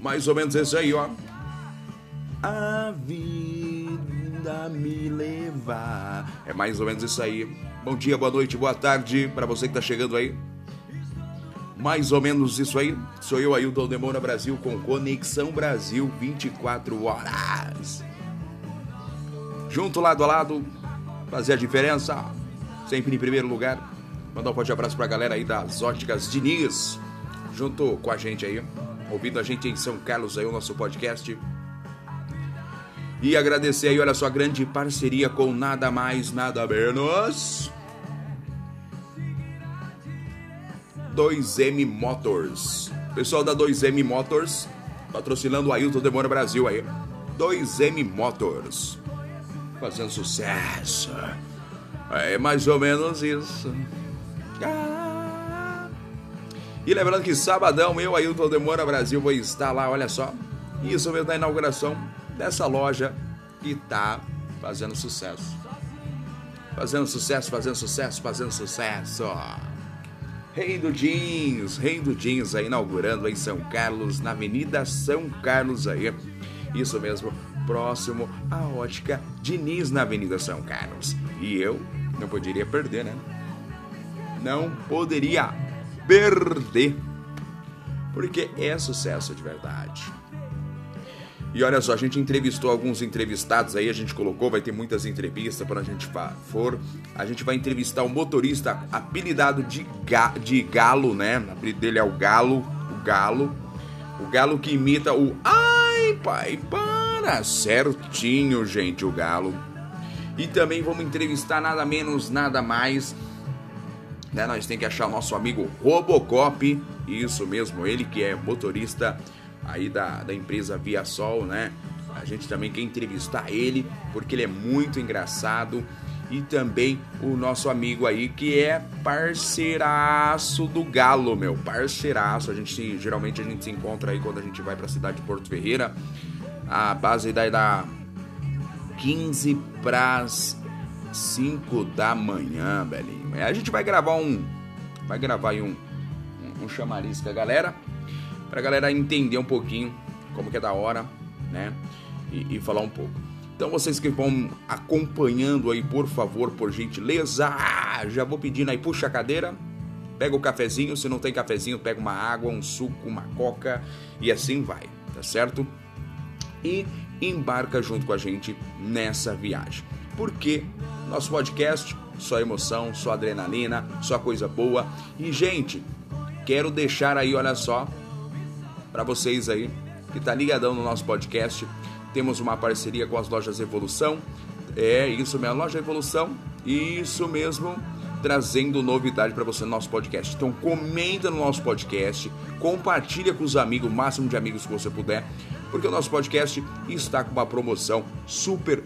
Mais ou menos isso aí, ó. A vida me levar. É mais ou menos isso aí. Bom dia, boa noite, boa tarde para você que tá chegando aí. Mais ou menos isso aí. Sou eu, Ailton Demora Brasil, com Conexão Brasil 24 horas. Junto, lado a lado, fazer a diferença. Sempre em primeiro lugar. Mandar um forte abraço pra galera aí das Óticas Diniz. Junto com a gente aí. Ouvindo a gente em São Carlos aí, o nosso podcast. E agradecer aí, olha só, a grande parceria com nada mais, nada menos 2M Motors. Pessoal da 2M Motors, patrocinando o Ailton Demora Brasil aí. 2M Motors. Fazendo sucesso. É mais ou menos isso. E lembrando que sabadão, eu, Ailton Demora Brasil, vou estar lá, olha só. Isso mesmo, na inauguração dessa loja que tá fazendo sucesso. Fazendo sucesso. Rei do Jeans aí inaugurando aí em São Carlos, na Avenida São Carlos aí. Isso mesmo, próximo à Ótica Diniz na Avenida São Carlos. E eu não poderia perder, né? Não poderia perder. Porque é sucesso de verdade. E olha só, a gente entrevistou alguns entrevistados aí, a gente colocou, vai ter muitas entrevistas quando a gente for. A gente vai entrevistar o motorista apelidado de Galo, né? O apelido dele é o Galo. O Galo que imita o Ai, pai, para! Certinho, gente, o Galo. E também vamos entrevistar nada menos, nada mais, né? Nós temos que achar o nosso amigo Robocop. Isso mesmo, ele que é motorista aí da empresa Via Sol, né? A gente também quer entrevistar ele, porque ele é muito engraçado. E também o nosso amigo aí, que é parceiraço do Galo, meu. Parceiraço. Geralmente a gente se encontra aí quando a gente vai pra cidade de Porto Ferreira. A base daí da 15 para 5 da manhã, belinho. A gente vai gravar aí um chamariz com a galera, pra galera entender um pouquinho como que é da hora, né? E falar um pouco. Então vocês que vão acompanhando aí, por favor, por gentileza, já vou pedindo aí, puxa a cadeira, pega o cafezinho, se não tem cafezinho, pega uma água, um suco, uma coca e assim vai, tá certo? E embarca junto com a gente nessa viagem. Porque nosso podcast, só emoção, só adrenalina, só coisa boa. E, gente, quero deixar aí, olha só, para vocês aí que tá ligadão no nosso podcast, temos uma parceria com as lojas Evolução. É isso mesmo, loja Evolução, isso mesmo, trazendo novidade para você no nosso podcast. Então comenta no nosso podcast, compartilha com os amigos, o máximo de amigos que você puder, porque o nosso podcast está com uma promoção super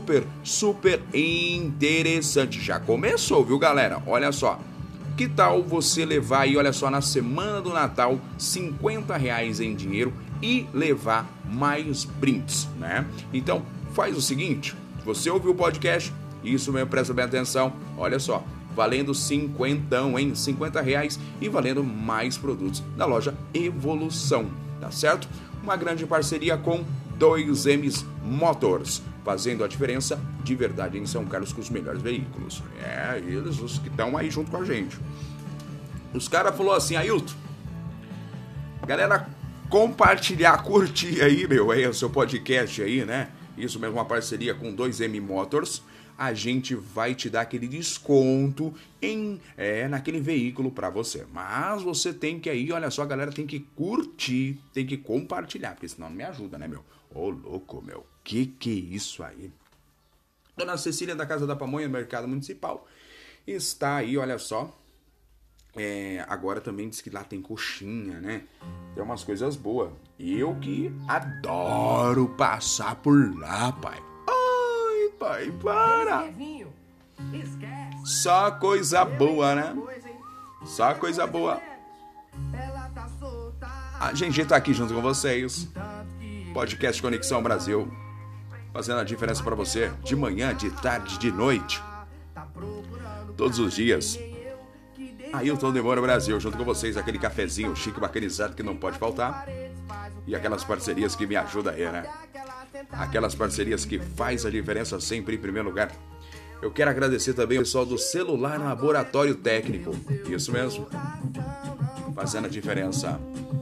interessante. Já começou, viu, galera? Olha só. Que tal você levar aí, olha só, na semana do Natal, R$50 em dinheiro e levar mais brindes, né? Então, faz o seguinte, você ouviu o podcast, isso mesmo, presta bem atenção, olha só, valendo cinquentão, hein? R$50 e valendo mais produtos da loja Evolução, tá certo? Uma grande parceria com 2M Motors, fazendo a diferença de verdade em São Carlos com os melhores veículos. É, eles os que estão aí junto com a gente. Os caras falaram assim, Ailton, galera, compartilhar, curtir aí, meu, aí o seu podcast aí, né? Isso mesmo, uma parceria com 2M Motors. A gente vai te dar aquele desconto naquele veículo para você. Mas você tem que aí, olha só, a galera tem que curtir, tem que compartilhar, porque senão não me ajuda, né, meu? Ô, louco, meu, que é isso aí? Dona Cecília da Casa da Pamonha, Mercado Municipal, está aí, olha só. Agora também diz que lá tem coxinha, né? Tem umas coisas boas. Eu que adoro passar por lá, pai. Ai, pai, para! Só coisa boa, né? Só coisa boa. A gente tá aqui junto com vocês. Podcast Conexão Brasil, fazendo a diferença para você de manhã, de tarde, de noite, todos os dias. Ailton Demora Brasil, junto com vocês, aquele cafezinho chique, bacanizado que não pode faltar. E aquelas parcerias que me ajudam aí, né? Aquelas parcerias que faz a diferença sempre em primeiro lugar. Eu quero agradecer também o pessoal do Celular Laboratório Técnico. Isso mesmo. Fazendo a diferença.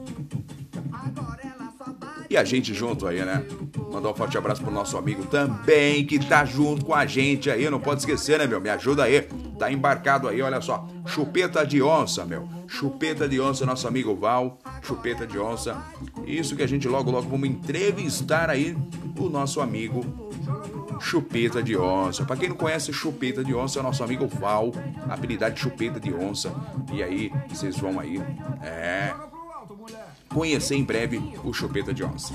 E a gente junto aí, né? Mandar um forte abraço pro nosso amigo também, que tá junto com a gente aí. Não pode esquecer, né, meu? Me ajuda aí. Tá embarcado aí, olha só. Chupeta de onça, meu. Chupeta de onça, nosso amigo Val. Chupeta de onça. Isso que a gente logo vamos entrevistar aí o nosso amigo Chupeta de onça. Pra quem não conhece, Chupeta de onça é o nosso amigo Val. Habilidade Chupeta de onça. E aí, vocês vão aí. Conhecer em breve o Chupeta de onça.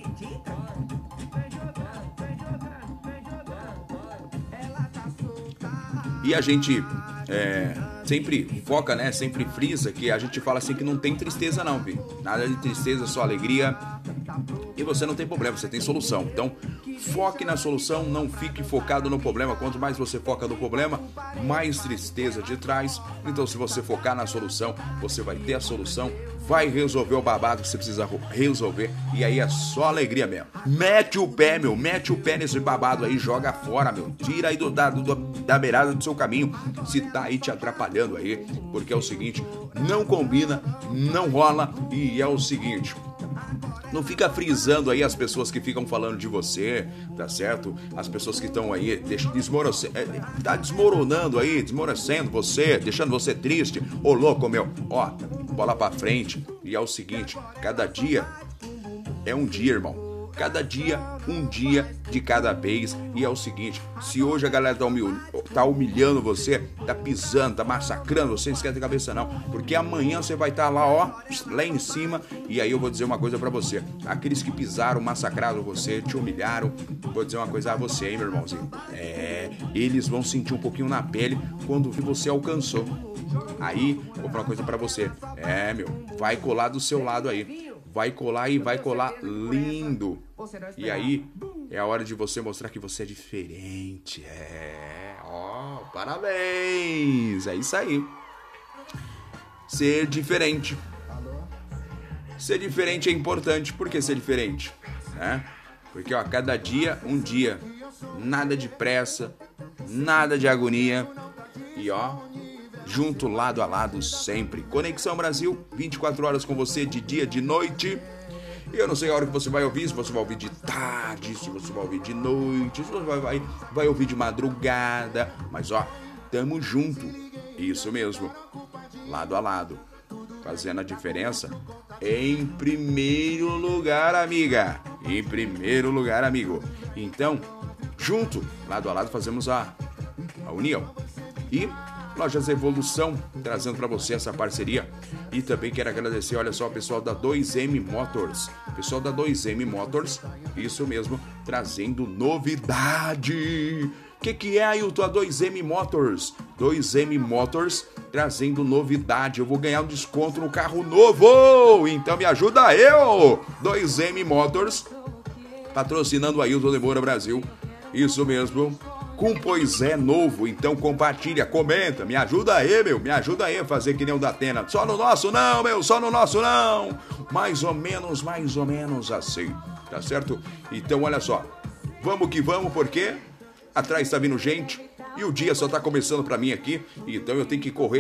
E a gente sempre foca, né? Sempre frisa que a gente fala assim que não tem tristeza não, viu? Nada de tristeza, só alegria. E você não tem problema, você tem solução. Então, foque na solução, não fique focado no problema. Quanto mais você foca no problema, mais tristeza te traz. Então, se você focar na solução, você vai ter a solução, vai resolver o babado que você precisa resolver. E aí é só alegria mesmo. Mete o pé, meu, mete o pé nesse babado aí, joga fora, meu. Tira aí da beirada do seu caminho, se tá aí te atrapalhando aí. Porque é o seguinte, não combina, não rola. E é o seguinte... Não fica frisando aí as pessoas que ficam falando de você, tá certo? As pessoas que estão aí tá desmoronando aí, desmorecendo você, deixando você triste. Ô louco, meu, ó, bola pra frente. E é o seguinte, cada dia é um dia, irmão. Cada dia, um dia de cada vez. E é o seguinte, se hoje a galera tá humilhando você, tá pisando, tá massacrando você, não esquece de cabeça não. Porque amanhã você vai estar lá, ó, lá em cima. E aí eu vou dizer uma coisa pra você. Aqueles que pisaram, massacraram você, te humilharam, vou dizer uma coisa a você, hein, meu irmãozinho. Eles vão sentir um pouquinho na pele quando você alcançou. Aí, vou falar uma coisa pra você. Meu, vai colar do seu lado aí. Vai colar e vai colar lindo. E aí é a hora de você mostrar que você é diferente. Parabéns. É isso aí. Ser diferente. Ser diferente é importante. Por que ser diferente? Porque ó, cada dia, um dia. Nada de pressa, nada de agonia. E ó, junto, lado a lado, sempre. Conexão Brasil, 24 horas com você, de dia, de noite. E eu não sei a hora que você vai ouvir, se você vai ouvir de tarde, se você vai ouvir de noite, se você vai ouvir de madrugada. Mas ó, tamo junto. Isso mesmo. Lado a lado. Fazendo a diferença em primeiro lugar, amiga. Em primeiro lugar, amigo. Então, junto, lado a lado, fazemos a união. E Lojas Evolução, trazendo para você essa parceria. E também quero agradecer, olha só, o pessoal da 2M Motors. Pessoal da 2M Motors, isso mesmo, trazendo novidade. O que é, Ailton, a 2M Motors? 2M Motors trazendo novidade. Eu vou ganhar um desconto no carro novo. Então me ajuda eu. 2M Motors, patrocinando o Ailton Demora Brasil. Isso mesmo. Com Pois é novo, então compartilha, comenta, me ajuda aí, meu, me ajuda aí a fazer que nem o da Atena. Só no nosso não, meu, só no nosso não. Mais ou menos assim, tá certo? Então olha só, vamos que vamos, porque atrás tá vindo gente e o dia só tá começando pra mim aqui. Então eu tenho que correr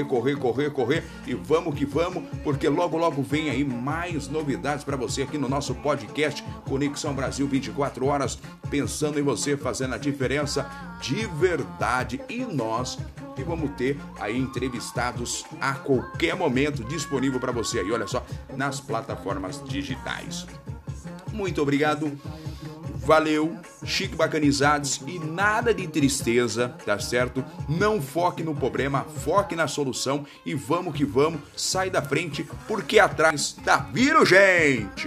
e vamos que vamos, porque logo vem aí mais novidades pra você aqui no nosso podcast Conexão Brasil 24 horas, pensando em você, fazendo a diferença de verdade. E nós que vamos ter aí entrevistados a qualquer momento disponível pra você aí, olha só, nas plataformas digitais. Muito obrigado. Valeu, chique bacanizados e nada de tristeza, tá certo? Não foque no problema, foque na solução e vamos que vamos, sai da frente porque atrás tá vindo gente!